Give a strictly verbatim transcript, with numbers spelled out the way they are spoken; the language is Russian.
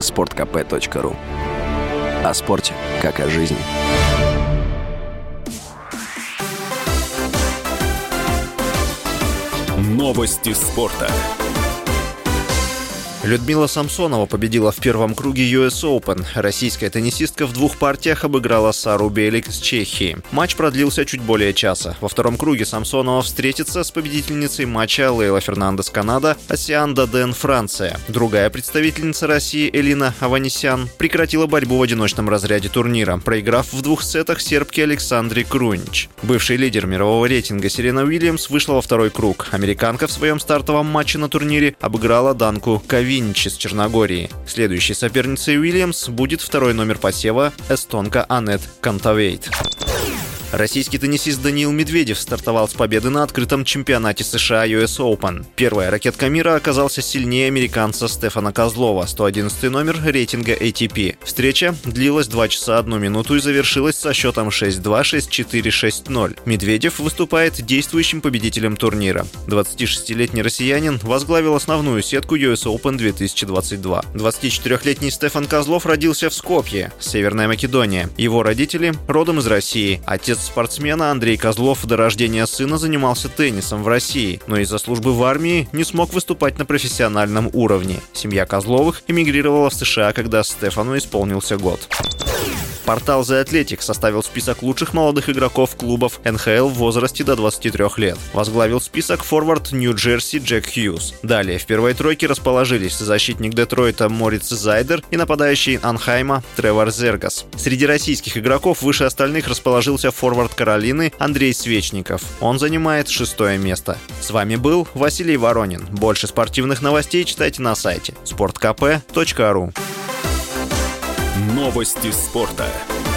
спорт ка пэ точка ру. О спорте, как о жизни. Новости спорта. Людмила Самсонова победила в первом круге ю эс Open. Российская теннисистка в двух партиях обыграла Сару Биелик из Чехии. Матч продлился чуть более часа. Во втором круге Самсонова встретится с победительницей матча Лейла Фернандес, Канада, Асиан Даден, Франция. Другая представительница России, Элина Аванесян, прекратила борьбу в одиночном разряде турнира, проиграв в двух сетах сербке Александре Крунич. Бывший лидер мирового рейтинга Серена Уильямс вышла во второй круг. Американка в своем стартовом матче на турнире обыграла данку Кави из Черногории. Следующей соперницей Уильямс будет второй номер посева эстонка Анет Кантавейт. Российский теннисист Даниил Медведев стартовал с победы на открытом чемпионате США ю эс Open. Первая ракетка мира оказался сильнее американца Стефана Козлова, сто одиннадцатый номер рейтинга эй ти пи. Встреча длилась два часа одну минуту и завершилась со счетом шесть-два, шесть-четыре, шесть-ноль. Медведев выступает действующим победителем турнира. двадцатишестилетний россиянин возглавил основную сетку ю эс Open две тысячи двадцать два. двадцатичетырехлетний Стефан Козлов родился в Скопье, Северная Македония. Его родители родом из России. Отец спортсмена Андрей Козлов до рождения сына занимался теннисом в России, но из-за службы в армии не смог выступать на профессиональном уровне. Семья Козловых эмигрировала в США, когда Стефану исполнился год. Портал The Athletic составил список лучших молодых игроков клубов эн ха эл в возрасте до двадцати трёх лет. Возглавил список форвард Нью-Джерси Джек Хьюз. Далее в первой тройке расположились защитник Детройта Мориц Зайдер и нападающий Анхайма Тревор Зергас. Среди российских игроков выше остальных расположился форвард Каролины Андрей Свечников. Он занимает шестое место. С вами был Василий Воронин. Больше спортивных новостей читайте на сайте спорт ка пэ точка ру. Новости спорта.